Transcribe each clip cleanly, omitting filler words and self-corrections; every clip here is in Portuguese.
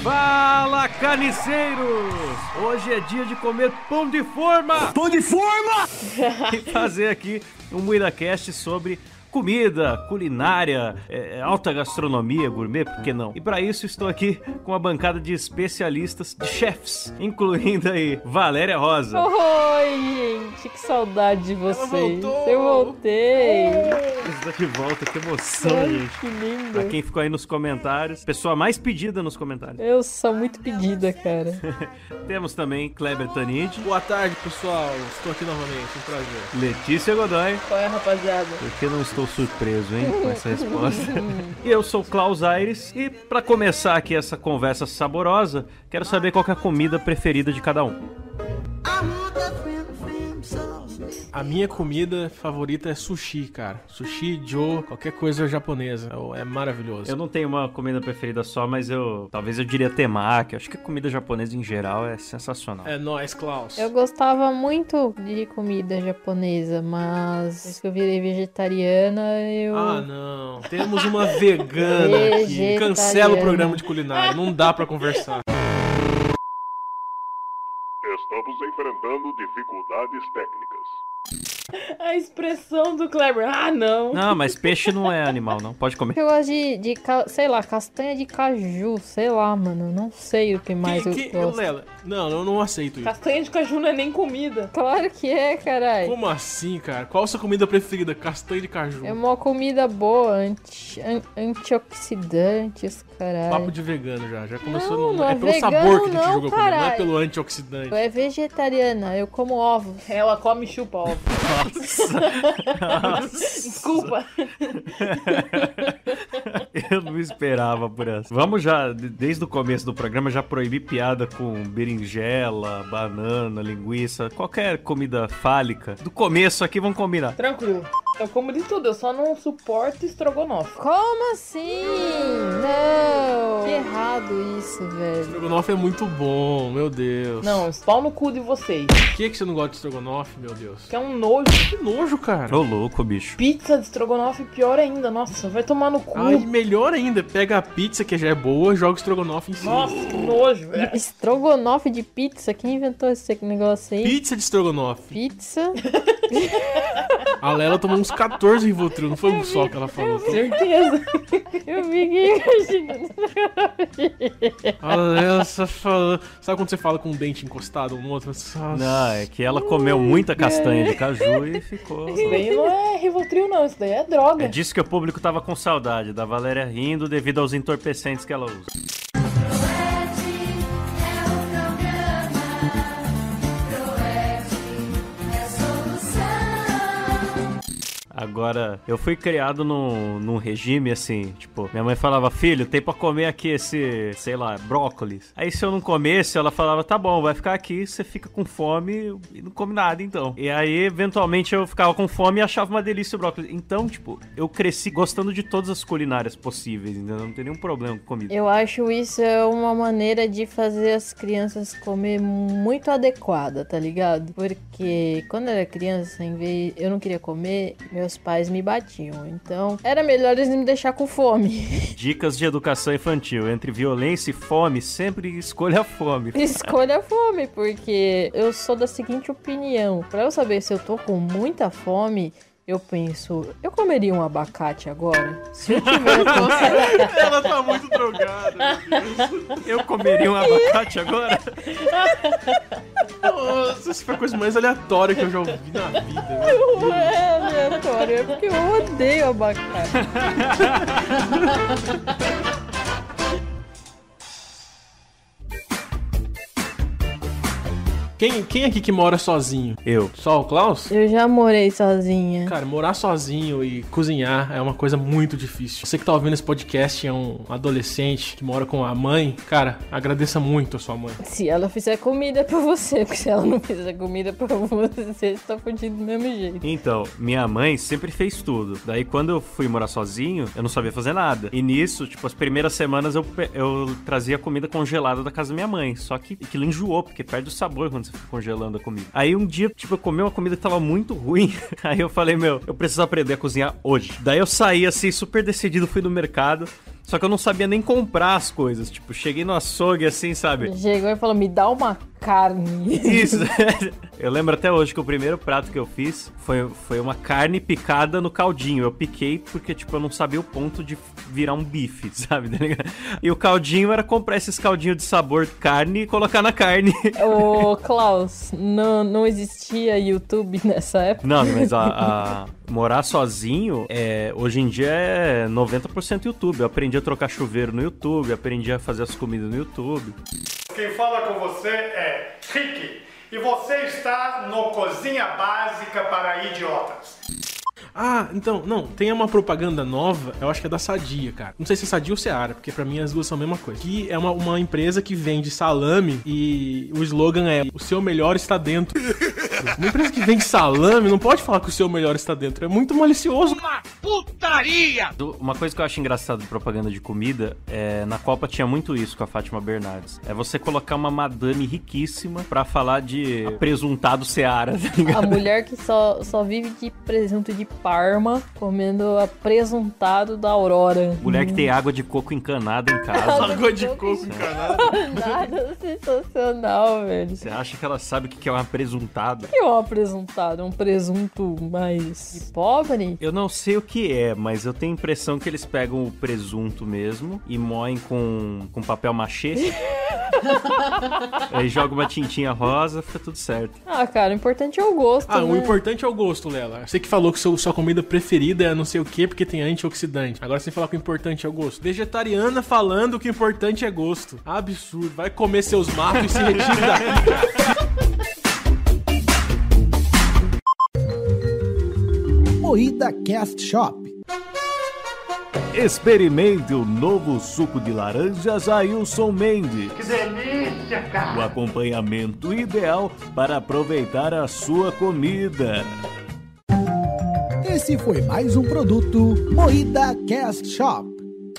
Fala, carniceiros! Hoje é dia de comer pão de forma! Pão de forma! E fazer aqui um MuidaCast sobre comida, culinária, alta gastronomia, gourmet, por que não? E para isso estou aqui com uma bancada de especialistas, de chefs, incluindo aí Valéria Rosa. Oi, gente, que saudade de vocês. Eu voltei. Está de volta, que emoção, gente. Que lindo. Pra quem ficou aí nos comentários, pessoa mais pedida nos comentários. Eu sou muito pedida, cara. Temos também Kleber Tanid. Boa tarde, pessoal. Estou aqui novamente, um prazer. Letícia Godoy. Qual é, rapaziada? Por que não estou surpreso, hein, com essa resposta? E eu sou o Klaus Aires. E pra começar aqui essa conversa saborosa, quero saber qual que é a comida preferida de cada um. A minha comida favorita é sushi, cara. Sushi, joe, qualquer coisa japonesa. É maravilhoso. Eu não tenho uma comida preferida só, mas talvez eu diria temaki. Acho que a comida japonesa em geral é sensacional. É nóis, Klaus. Eu gostava muito de comida japonesa, mas depois que eu virei vegetariana, eu... Ah, não. Temos uma vegana aqui. Cancela o programa de culinária. Não dá pra conversar. Estamos enfrentando dificuldades técnicas. A expressão do Kleber, não. Não, mas peixe não é animal, não. Pode comer. Eu gosto sei lá, castanha de caju, sei lá, mano. Não sei o que mais eu gosto. Lela, não aceito isso. Castanha de caju não é nem comida. Claro que é, caralho. Como assim, cara? Qual a sua comida preferida? Castanha de caju. É uma comida boa, antioxidantes, caralho. Papo de vegano já. Já começou Não, no... não é pelo vegano, sabor que a gente não, jogou comigo, não é caralho. pelo antioxidante. Eu é vegetariana, eu como ovos. Ela come e chupa ovo. Nossa. Desculpa. Eu não esperava por essa. Vamos já, desde o começo do programa, já proibir piada com berinjela, banana, linguiça, qualquer comida fálica. Do começo aqui, vamos combinar. Tranquilo. Eu como de tudo, eu só não suporto estrogonofe. Como assim? Não! Que errado isso, velho. Estrogonofe é muito bom, meu Deus. Não, pau no cu de vocês. Por que você não gosta de estrogonofe, meu Deus? Que é um nojo. Que nojo, cara. Ô, louco, bicho. Pizza de estrogonofe pior ainda. Nossa, vai tomar no cu. Aí, melhor ainda, pega a pizza que já é boa, joga estrogonofe em cima. Nossa, que nojo. Estrogonofe de pizza? Quem inventou esse negócio aí? Pizza de estrogonofe. Pizza? A Lela tomou uns 14 Rivotril, não foi um só que ela falou. Certeza. Eu fiquei imaginando. A Lela só falando... Sabe quando você fala com um dente encostado um no outro? Não, é que ela comeu muita castanha de caju e ficou... Isso daí não é Rivotril, não. Isso daí é droga. É disso que o público tava com saudade, da Valéria rindo devido aos entorpecentes que ela usa. Agora, eu fui criado num regime assim, tipo, minha mãe falava, filho, tem pra comer aqui esse, sei lá, brócolis. Aí se eu não comesse, ela falava, tá bom, vai ficar aqui, você fica com fome e não come nada, então. E aí, eventualmente, eu ficava com fome e achava uma delícia o brócolis. Então, tipo, eu cresci gostando de todas as culinárias possíveis, ainda não tem nenhum problema com comida. Eu acho isso uma maneira de fazer as crianças comer muito adequada, tá ligado? Porque quando eu era criança, eu não queria comer, meus pais me batiam. Então, era melhor eles me deixar com fome. Dicas de educação infantil. Entre violência e fome, sempre escolha a fome. Escolha a fome, porque eu sou da seguinte opinião. Pra eu saber se eu tô com muita fome, eu penso, eu comeria um abacate agora? Se eu tiver com... Ela tá muito drogada, meu Deus. Eu comeria um abacate agora? Nossa, isso foi a coisa mais aleatória que eu já ouvi na vida. Não é aleatório, é porque eu odeio abacate. Quem aqui que mora sozinho? Eu. Só o Klaus? Eu já morei sozinha. Cara, morar sozinho e cozinhar é uma coisa muito difícil. Você que tá ouvindo esse podcast é um adolescente que mora com a mãe, cara, agradeça muito a sua mãe. Se ela fizer comida pra você, porque se ela não fizer comida pra você tá fudido do mesmo jeito. Então, minha mãe sempre fez tudo. Daí, quando eu fui morar sozinho, eu não sabia fazer nada. E nisso, tipo, as primeiras semanas eu trazia comida congelada da casa da minha mãe. Só que aquilo enjoou, porque perde o sabor quando você fica congelando a comida. Aí um dia, tipo, eu comi uma comida que tava muito ruim. Aí eu falei, eu preciso aprender a cozinhar hoje. Daí eu saí assim, super decidido, fui no mercado. Só que eu não sabia nem comprar as coisas. Tipo, cheguei no açougue assim, sabe? Chegou e falou, me dá uma carne. Isso. Eu lembro até hoje que o primeiro prato que eu fiz foi uma carne picada no caldinho. Eu piquei porque, tipo, eu não sabia o ponto de virar um bife, sabe? E o caldinho era comprar esses caldinhos de sabor carne e colocar na carne. Ô, Klaus, não existia YouTube nessa época? Não, mas morar sozinho, hoje em dia é 90% YouTube. Eu aprendi a trocar chuveiro no YouTube, aprendi a fazer as comidas no YouTube. Quem fala com você é Rick e você está no Cozinha Básica para Idiotas. Ah, então, não, tem uma propaganda nova, eu acho que é da Sadia, cara. Não sei se é Sadia ou Seara, porque pra mim as duas são a mesma coisa. Que é uma empresa que vende salame e o slogan é: o seu melhor está dentro. Uma empresa que vende salame não pode falar que o seu melhor está dentro. É muito malicioso. Uma putaria! Uma coisa que eu acho engraçada de propaganda de comida na Copa tinha muito isso com a Fátima Bernardes. É você colocar uma madame riquíssima pra falar de apresuntado Seara, tá ligado? A mulher que só vive de presunto de Parma, comendo apresuntado da Aurora. Mulher que tem água de coco encanada em casa. Água de coco encanada. Nada sensacional, velho. Você acha que ela sabe o que é um apresuntado? O que é um apresuntado? Um presunto mais pobre? Eu não sei o que é, mas eu tenho a impressão que eles pegam o presunto mesmo e moem com papel machê. Aí joga uma tintinha rosa, fica tudo certo. Ah, cara, o importante é o gosto, né? O importante é o gosto, Lela. Você que falou que sua comida preferida é não sei o que porque tem antioxidante. Agora você fala que o importante é o gosto. Vegetariana falando que o importante é gosto. Absurdo. Vai comer seus matos e se retire daqui. Moída Cast Shop. Experimente o novo suco de laranjas Ailson Mendes. Que delícia, cara! O acompanhamento ideal para aproveitar a sua comida. Esse foi mais um produto Moída Cast Shop.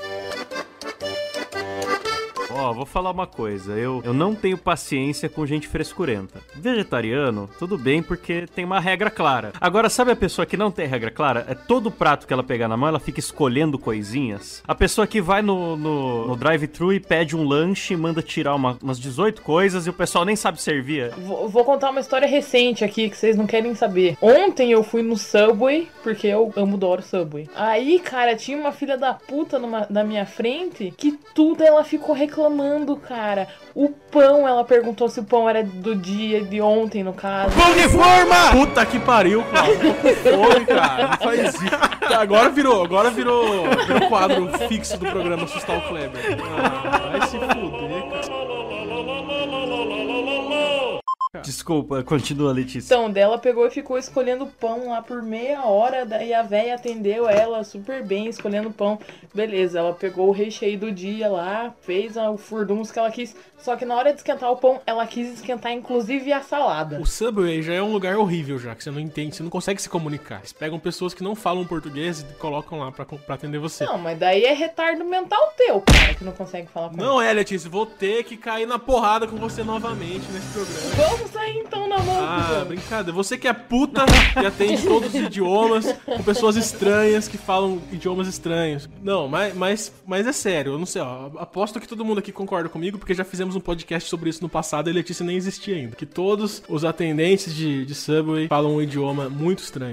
Ó, vou falar uma coisa, eu não tenho paciência com gente frescurenta. Vegetariano, tudo bem, porque tem uma regra clara. Agora, sabe a pessoa que não tem regra clara? É todo prato que ela pegar na mão, ela fica escolhendo coisinhas. A pessoa que vai no drive-thru e pede um lanche e manda tirar umas 18 coisas e o pessoal nem sabe servir. Vou contar uma história recente aqui que vocês não querem saber. Ontem eu fui no Subway, porque eu adoro Subway. Aí, cara, tinha uma filha da puta na minha frente que tudo ela ficou reclamando, cara. O pão, ela perguntou se o pão era do dia de ontem, no caso. Pão de forma! Puta que pariu, cara. Foi, cara. Não faz isso. Agora virou quadro fixo do programa Assustar o Kleber. Vai se fuder, cara. Desculpa, continua, Letícia. Então, dela pegou e ficou escolhendo pão lá por meia hora, daí a véia atendeu ela super bem, escolhendo pão. Beleza, ela pegou o recheio do dia lá, fez o furdunço que ela quis, só que na hora de esquentar o pão, ela quis esquentar inclusive a salada. O Subway já é um lugar horrível já, que você não entende, você não consegue se comunicar. Eles pegam pessoas que não falam português e colocam lá pra atender você. Não, mas daí é retardo mental teu, cara, que não consegue falar com Não é, Letícia, vou ter que cair na porrada com você novamente nesse programa. Vamos sair então na mão. Ah, brincadeira. Você que é puta e atende todos os idiomas, com pessoas estranhas que falam idiomas estranhos. Não, mas é sério, eu não sei, ó. Aposto que todo mundo aqui concorda comigo, porque já fizemos um podcast sobre isso no passado e a Letícia nem existia ainda. Que todos os atendentes de Subway falam um idioma muito estranho.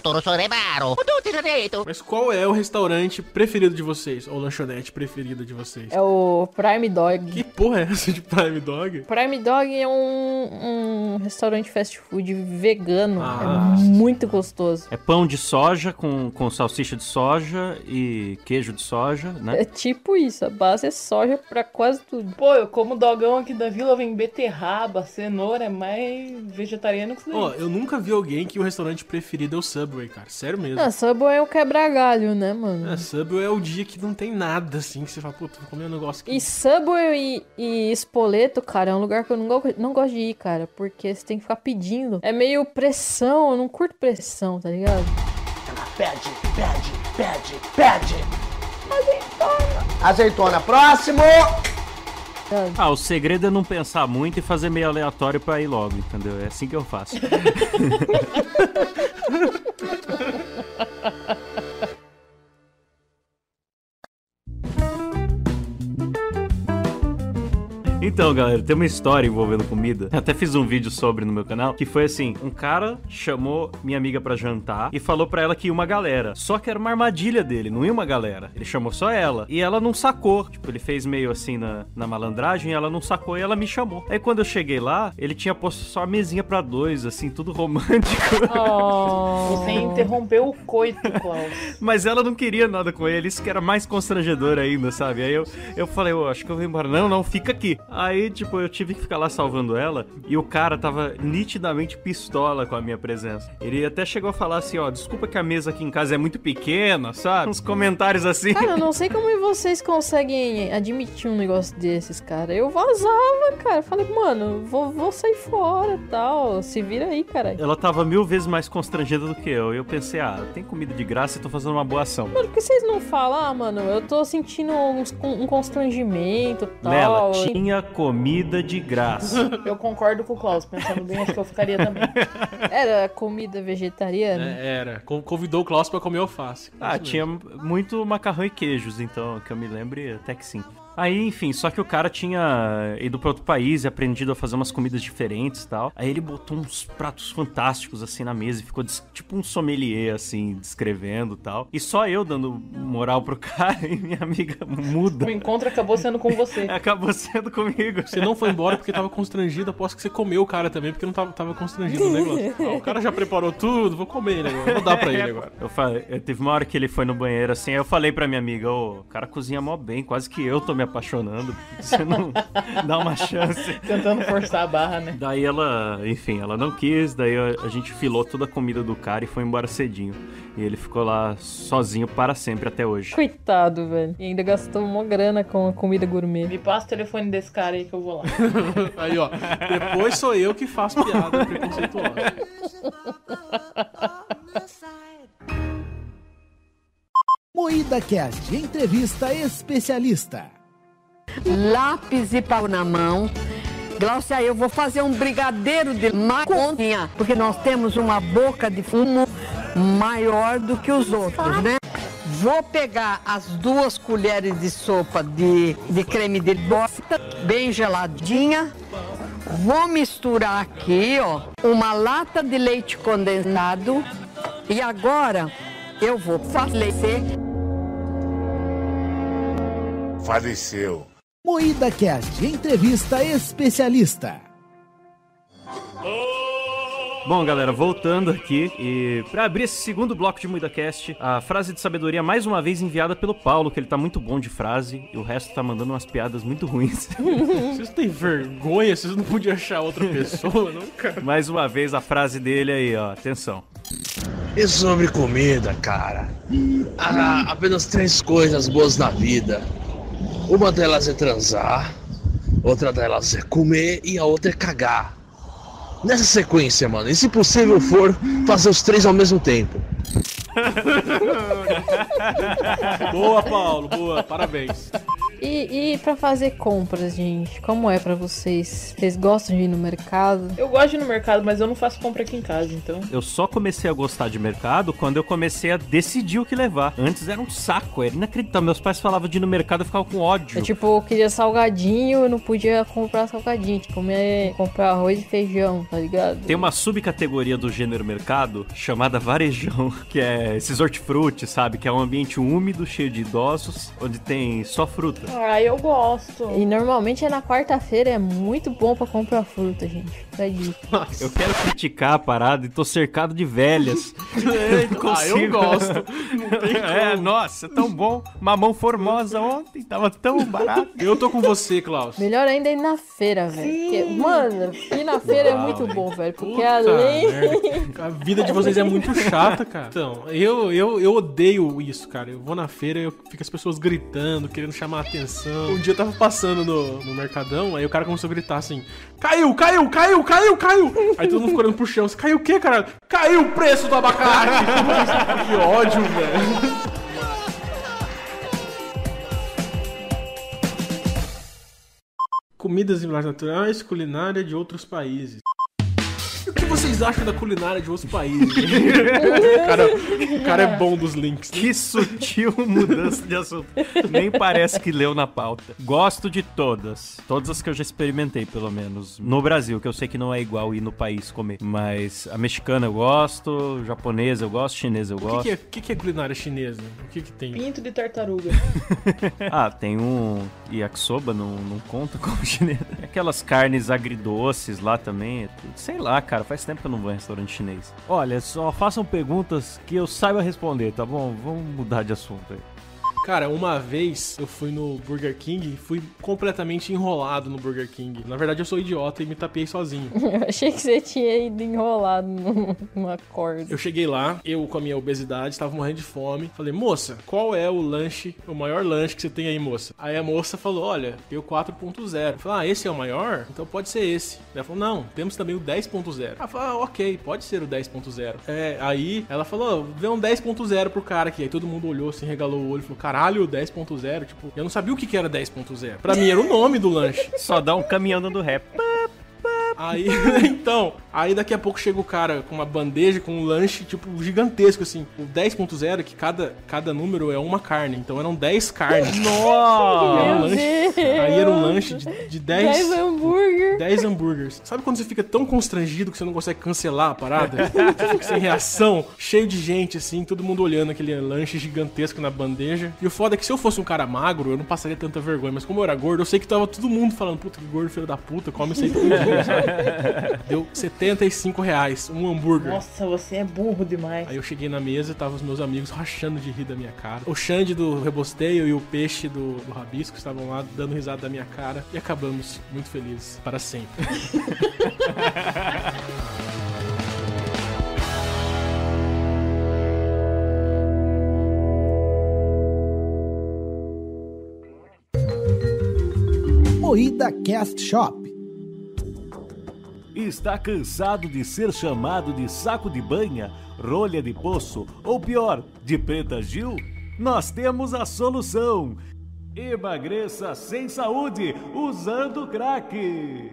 Mas qual é o restaurante preferido de vocês? Ou lanchonete preferida de vocês? É o Prime Dog. Que porra é essa de Prime Dog? Prime Dog é um restaurante fast food vegano. É muito gostoso. É pão de soja com salsicha de soja e queijo de soja, né? É tipo isso, a base é soja pra quase tudo. Pô, eu como dogão aqui da vila, vem beterraba, cenoura, é mais vegetariano que isso daí. Ó, eu nunca vi alguém que o restaurante preferido é o Subway, cara. Sério mesmo. Ah, Subway é o quebra-galho, né, mano? Subway é o dia que não tem nada, assim, que você fala, pô, tô comendo um negócio aqui. E Subway e Spoleto, cara, é um lugar que eu não gosto de ir, cara, porque você tem que ficar pedindo. É meio pressão, eu não curto pressão, tá ligado? Pede. Azeitona, próximo! O segredo é não pensar muito e fazer meio aleatório pra ir logo, entendeu? É assim que eu faço. Então, galera, tem uma história envolvendo comida. Eu até fiz um vídeo sobre no meu canal, que foi assim, um cara chamou minha amiga pra jantar e falou pra ela que ia uma galera. Só que era uma armadilha dele, não ia uma galera. Ele chamou só ela. E ela não sacou. Tipo, ele fez meio assim na malandragem, ela não sacou e ela me chamou. Aí quando eu cheguei lá, ele tinha posto só a mesinha pra 2, assim, tudo romântico. Você interrompeu o coito, Klaus. Mas ela não queria nada com ele, isso que era mais constrangedor ainda, sabe? Aí eu falei, acho que eu vou embora. Não, fica aqui. Aí, tipo, eu tive que ficar lá salvando ela e o cara tava nitidamente pistola com a minha presença. Ele até chegou a falar assim, desculpa que a mesa aqui em casa é muito pequena, sabe? Uns comentários assim. Cara, eu não sei como vocês conseguem admitir um negócio desses, cara. Eu vazava, cara. Falei, mano, vou sair fora e tal. Se vira aí, cara. Ela tava 1000 vezes mais constrangida do que eu. E eu pensei, tem comida de graça e tô fazendo uma boa ação. Mano, por que vocês não falam, mano, eu tô sentindo um constrangimento e tal. Lela, tinha comida de graça. Eu concordo com o Klaus, pensando bem, acho que eu ficaria também. Era comida vegetariana? Era. Convidou o Klaus pra comer alface. Tinha muito macarrão e queijos, então, que eu me lembre, até que sim. Aí, enfim, só que o cara tinha ido pra outro país e aprendido a fazer umas comidas diferentes e tal. Aí ele botou uns pratos fantásticos, assim, na mesa e ficou tipo um sommelier, assim, descrevendo e tal. E só eu dando moral pro cara e minha amiga muda. O encontro acabou sendo com você. Acabou sendo comigo. Você não foi embora porque tava constrangido, aposto que você comeu o cara também, porque não tava constrangido o negócio. O cara já preparou tudo, vou comer ele agora, vou dar pra ele agora. Teve uma hora que ele foi no banheiro, assim, aí eu falei pra minha amiga, o cara cozinha mó bem, quase que eu tô me apaixonando, você não dá uma chance. Tentando forçar a barra, né? Daí ela, enfim, ela não quis, daí a gente filou toda a comida do cara e foi embora cedinho. E ele ficou lá sozinho para sempre até hoje. Coitado, velho. E ainda gastou uma grana com a comida gourmet. Me passa o telefone desse cara aí que eu vou lá. Aí, depois sou eu que faço piada preconceituosa. Moída Cast, entrevista especialista. Lápis e pau na mão. Glaucia, eu vou fazer um brigadeiro de maconha, porque nós temos uma boca de fumo maior do que os outros, né? Vou pegar as 2 colheres de sopa de creme de bosta, bem geladinha. Vou misturar aqui, uma lata de leite condensado. E agora eu vou falecer. Faleceu. Moída Cast, entrevista especialista. Bom, galera, voltando aqui e pra abrir esse segundo bloco de MoídaCast, a frase de sabedoria mais uma vez enviada pelo Paulo, que ele tá muito bom de frase e o resto tá mandando umas piadas muito ruins. Vocês têm vergonha? Vocês não podiam achar outra pessoa, não, cara? Mais uma vez a frase dele aí, atenção. E sobre comida, cara, há apenas 3 coisas boas na vida. Uma delas é transar, outra delas é comer e a outra é cagar. Nessa sequência, mano, e se possível for, fazer os 3 ao mesmo tempo. Boa, Paulo, boa, parabéns. E pra fazer compras, gente, como é pra vocês? Vocês gostam de ir no mercado? Eu gosto de ir no mercado, mas eu não faço compra aqui em casa, então. Eu só comecei a gostar de mercado quando eu comecei a decidir o que levar. Antes era um saco, era inacreditável. Meus pais falavam de ir no mercado e eu ficava com ódio. Eu queria salgadinho, eu não podia comprar salgadinho. Comprar arroz e feijão, tá ligado? Tem uma subcategoria do gênero mercado chamada varejão, que é esses hortifruti, sabe? Que é um ambiente úmido, cheio de idosos, onde tem só fruta. Eu gosto. E normalmente é na quarta-feira, é muito bom pra comprar fruta, gente. Eu quero criticar a parada e tô cercado de velhas. Eu gosto. Nossa, é tão bom. Mamão Formosa ontem, tava tão barato. Eu tô com você, Klaus. Melhor ainda é ir na feira, velho. Mano, ir na feira é muito bom, velho. Porque além... A vida de vocês é muito chata, cara. Então, eu odeio isso, cara. Eu vou na feira e fico as pessoas gritando, querendo chamar a atenção. Um dia eu tava passando no Mercadão, aí o cara começou a gritar assim: caiu! Aí todo mundo ficou olhando pro chão. Caiu o quê, caralho? Caiu o preço do abacate! Que ódio, velho. Comidas e naturais, culinária de outros países. O que vocês acham da culinária de outros países? O cara é bom dos links. Que sutil mudança de assunto. Nem parece que leu na pauta. Gosto de todas. Todas as que eu já experimentei, pelo menos. No Brasil, que eu sei que não é igual ir no país comer. Mas a mexicana eu gosto, japonesa eu gosto, chinesa eu gosto. O que é culinária chinesa? O que tem? Pinto de tartaruga. Tem um yakisoba, não conta como chinesa. Aquelas carnes agridoces lá também. Sei lá, cara, faz tempo que eu não vou em restaurante chinês. Olha, só façam perguntas que eu saiba responder, tá bom? Vamos mudar de assunto aí. Cara, uma vez eu fui no Burger King e fui completamente enrolado no Burger King. Na verdade, eu sou idiota e me tapei sozinho. Eu achei que você tinha ido enrolado numa corda. Eu cheguei lá, eu com a minha obesidade, estava morrendo de fome. Falei, moça, qual é o maior lanche que você tem aí, moça? Aí a moça falou, olha, tem o 4.0. Eu falei, esse é o maior? Então pode ser esse. Ela falou, não, temos também o 10.0. Ela falou, ok, pode ser o 10.0. Aí ela falou, vê um 10.0 pro cara aqui. Aí todo mundo olhou assim, regalou o olho e falou, caralho, 10.0, tipo, eu não sabia o que era 10.0. Pra mim era o nome do lanche. Só dá um caminhão do rap. Aí daqui a pouco chega o cara com uma bandeja, com um lanche, tipo, gigantesco, assim. O 10.0, que cada número é uma carne. Então eram 10 carnes. Nossa! Aí era um lanche de 10 hambúrguer. 10 hambúrgueres. Sabe quando você fica tão constrangido que você não consegue cancelar a parada? Você fica sem reação, cheio de gente, assim, todo mundo olhando aquele lanche gigantesco na bandeja. E o foda é que se eu fosse um cara magro, eu não passaria tanta vergonha. Mas como eu era gordo, eu sei que tava todo mundo falando, puta, que gordo, filho da puta, come isso aí todo dia, sabe? Deu R$75, um hambúrguer. Nossa, você é burro demais. Aí eu cheguei na mesa e tava os meus amigos rachando de rir da minha cara. O Xande do Rebosteio e o Peixe do Rabisco estavam lá dando risada da minha cara. E acabamos muito felizes para sempre. Moída Cast Shop. Está cansado de ser chamado de saco de banha, rolha de poço ou pior, de preta Gil? Nós temos a solução. Emagreça sem saúde usando crack.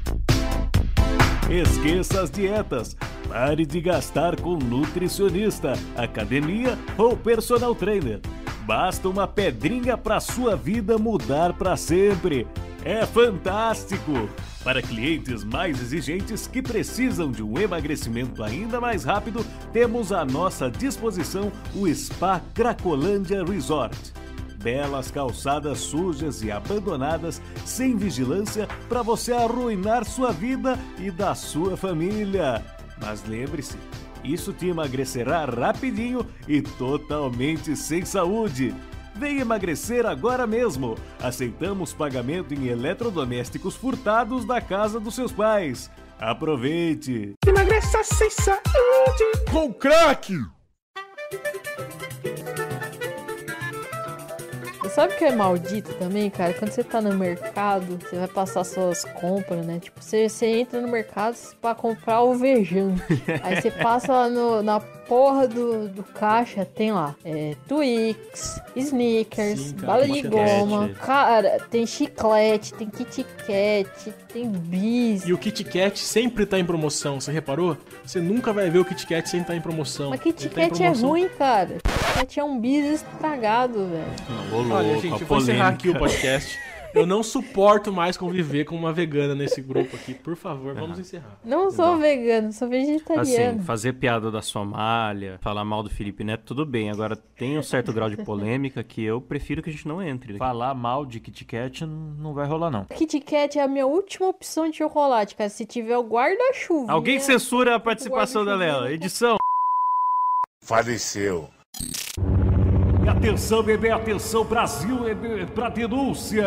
Esqueça as dietas. Pare de gastar com nutricionista, academia ou personal trainer. Basta uma pedrinha para sua vida mudar para sempre. É fantástico! Para clientes mais exigentes que precisam de um emagrecimento ainda mais rápido, temos à nossa disposição o Spa Cracolândia Resort. Belas calçadas sujas e abandonadas, sem vigilância, para você arruinar sua vida e da sua família. Mas lembre-se, isso te emagrecerá rapidinho e totalmente sem saúde. Vem emagrecer agora mesmo. Aceitamos pagamento em eletrodomésticos furtados da casa dos seus pais. Aproveite. Emagreça sem saúde com crack. Sabe o que é maldito também, cara? Quando você tá no mercado, você vai passar suas compras, né? Tipo, você entra no mercado pra comprar alvejante. Aí você passa lá na porra do caixa, tem lá Twix, Snickers, Sim, cara, bala de goma, cara, tem chiclete, tem Kit Kat, tem bis. E o Kit Kat sempre tá em promoção, você reparou? Você nunca vai ver o Kit Kat sem estar em promoção. Mas Kit Kat é ruim, cara. Kit Kat é um bis estragado, velho. Olha, gente, eu vou encerrar aqui o podcast. Eu não suporto mais conviver com uma vegana nesse grupo aqui. Por favor, vamos encerrar. Não sou vegano, sou vegetariano. Assim, fazer piada da Somália, falar mal do Felipe Neto, tudo bem. Agora, tem um certo grau de polêmica que eu prefiro que a gente não entre. Falar mal de Kit Kat não vai rolar, não. Kit Kat é a minha última opção de chocolate, cara. Se tiver o guarda-chuva. Alguém censura a participação da Lela. Edição. Faleceu. Atenção, bebê, atenção, Brasil, pra denúncia.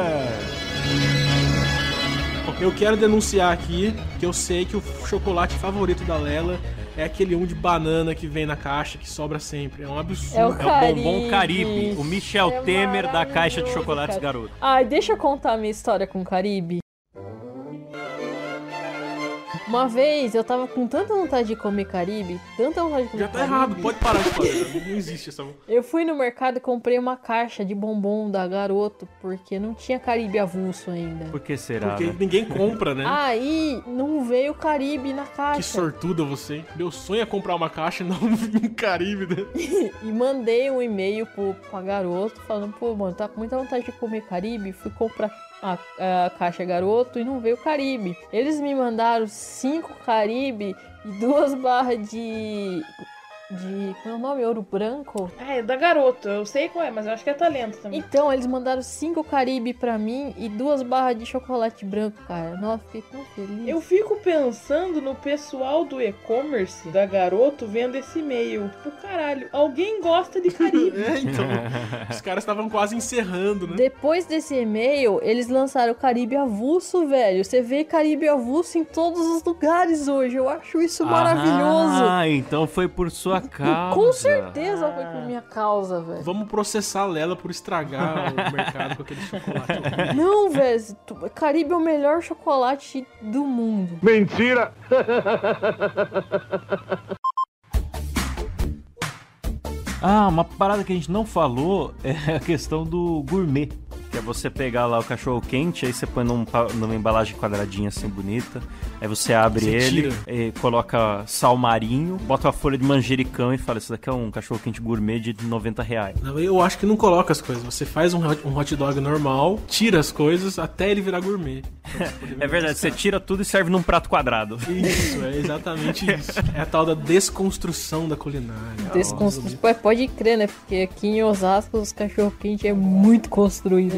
Eu quero denunciar aqui que eu sei que o chocolate favorito da Lela é aquele de banana que vem na caixa, que sobra sempre. É um absurdo. É o bombom Caribe. O Michel Temer da caixa de chocolates, cara. garoto. Ai, deixa eu contar a minha história com o Caribe. Uma vez eu tava com tanta vontade de comer Caribe, tanta vontade de comer Já tá Caribe. errado, pode parar de fazer. Não existe essa... Eu fui no mercado e comprei uma caixa de bombom da Garoto, porque não tinha Caribe avulso ainda. Por que será? Porque né? ninguém compra, né? Aí não veio Caribe na caixa. Que sortuda você, hein? Meu sonho é comprar uma caixa e não um Caribe, né? E mandei um e-mail pra Garoto falando, pô, mano, tá com muita vontade de comer Caribe, fui comprar a caixa Garoto e não veio Caribe. Eles me mandaram 5 Caribe e 2 barras de... Como é o nome? Ouro branco? É da Garoto. Eu sei qual é, mas eu acho que é Talento também. Então, eles mandaram 5 Caribe pra mim e 2 barras de chocolate branco, cara. Nossa, fiquei tão feliz. Eu fico pensando no pessoal do e-commerce da Garoto vendo esse e-mail. Tipo, caralho, alguém gosta de Caribe. Então, os caras estavam quase encerrando, né? Depois desse e-mail, eles lançaram o Caribe avulso, velho. Você vê Caribe avulso em todos os lugares hoje. Eu acho isso maravilhoso. Ah, então foi por sua causa. Com certeza foi por minha causa, velho. Vamos processar a Lela por estragar o mercado com aquele chocolate. Não, velho. Caribe é o melhor chocolate do mundo. Mentira! Ah, uma parada que a gente não falou é a questão do gourmet. Que é você pegar lá o cachorro quente, aí você põe numa embalagem quadradinha assim, bonita. Aí você abre ele, e coloca sal marinho, bota uma folha de manjericão e fala, isso daqui é um cachorro quente gourmet de R$90. Não, eu acho que não coloca as coisas. Você faz um hot dog normal, tira as coisas até ele virar gourmet. É verdade, você tira tudo e serve num prato quadrado. Isso, é exatamente isso. É a tal da desconstrução da culinária. Desconstrução. Pode crer, né? Porque aqui em Osasco os cachorro quente é muito construído.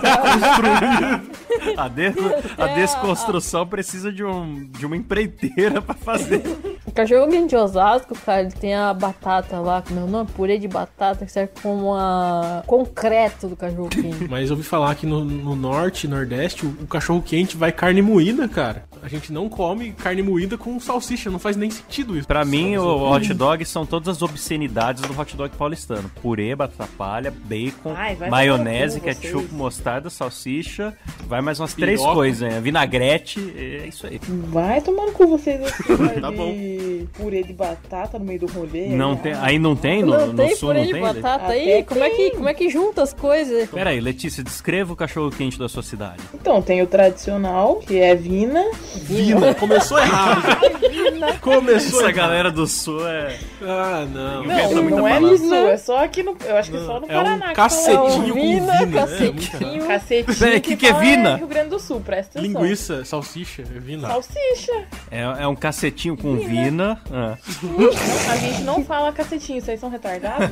A desconstrução precisa de uma empreiteira pra fazer. O cachorro quente de Osasco, cara, ele tem a batata lá, como é o nome? Purê de batata, que serve como concreto do cachorro quente. Mas eu ouvi falar que no norte e nordeste o cachorro quente vai carne moída, cara. A gente não come carne moída com salsicha, não faz nem sentido isso. Pra mim, o hot dog são todas as obscenidades do hot dog paulistano. Purê, batata palha, bacon, maionese, ketchup, mostarda, salsicha. Vai mais umas 3 coisas, né? Vinagrete, é isso aí. Vai tomando com vocês assim. Tá bom. Purê de batata no meio do rolê. Não tem, aí não tem? Não No tem sul purê não de tem? batata aí? Como é que junta as coisas? Pera aí, Letícia, descreva o cachorro quente da sua cidade. Então, tem o tradicional, que é Vina. Vina, começou errado. Começou Essa galera do sul é... Ah, não. Não é no sul, é só aqui no... Eu acho que é só no Paraná. É um cacetinho com Vina, Vina. cacetinho. Cacetinho. Peraí, que é Vina? Rio Grande do Sul, presta atenção. Linguiça, salsicha, é Vina. Salsicha. É um cacetinho com Vina. A gente não fala cacetinho, vocês são retardados?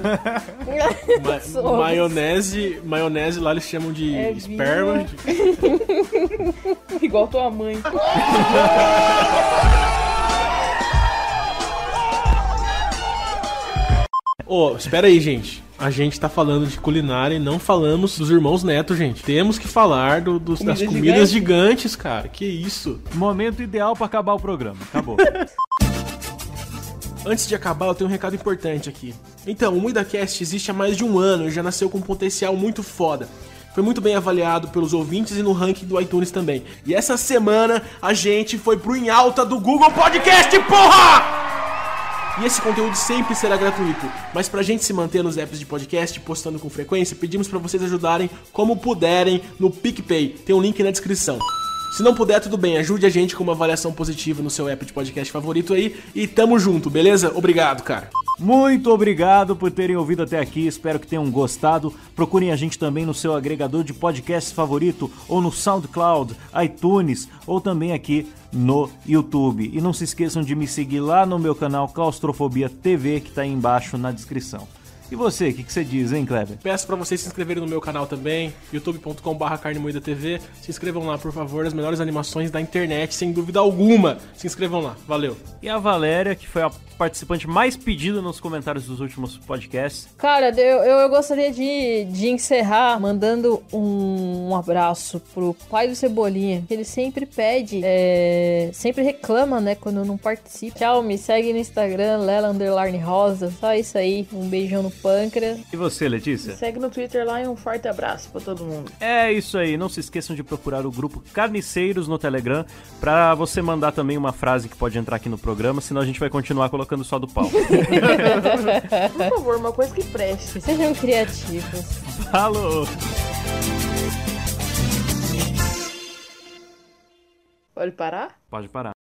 Maionese lá eles chamam de esperma. Igual tua mãe. Espera aí, gente. A gente tá falando de culinária e não falamos dos irmãos Neto, gente. Temos que falar das comidas gigantes, cara. Que isso? Momento ideal pra acabar o programa. Acabou. Antes de acabar, eu tenho um recado importante aqui. Então, o MuidaCast existe há mais de um ano e já nasceu com um potencial muito foda. Foi muito bem avaliado pelos ouvintes e no ranking do iTunes também. E essa semana a gente foi pro Em Alta do Google Podcast, porra! E esse conteúdo sempre será gratuito, mas pra gente se manter nos apps de podcast postando com frequência, pedimos pra vocês ajudarem como puderem no PicPay, tem um link na descrição. Se não puder, tudo bem, ajude a gente com uma avaliação positiva no seu app de podcast favorito aí e tamo junto, beleza? Obrigado, cara. Muito obrigado por terem ouvido até aqui, espero que tenham gostado. Procurem a gente também no seu agregador de podcast favorito, ou no SoundCloud, iTunes, ou também aqui no YouTube. E não se esqueçam de me seguir lá no meu canal Claustrofobia TV, que tá aí embaixo na descrição. E você, o que você diz, hein, Kleber? Peço pra vocês se inscreverem no meu canal também, youtube.com/carnemoídatv. Se inscrevam lá, por favor, as melhores animações da internet, sem dúvida alguma. Se inscrevam lá, valeu. E a Valéria, que foi a participante mais pedida nos comentários dos últimos podcasts. Cara, eu gostaria de encerrar mandando um abraço pro pai do Cebolinha, que ele sempre pede, sempre reclama, né, quando eu não participo. Tchau, me segue no Instagram, Lela_Rosa, só isso aí, um beijão no pâncreas. E você, Letícia? Segue no Twitter lá e um forte abraço pra todo mundo. É isso aí, não se esqueçam de procurar o grupo Carniceiros no Telegram pra você mandar também uma frase que pode entrar aqui no programa, senão a gente vai continuar colocando só do pau. Por favor, uma coisa que preste. Sejam criativos. Falou! Pode parar? Pode parar.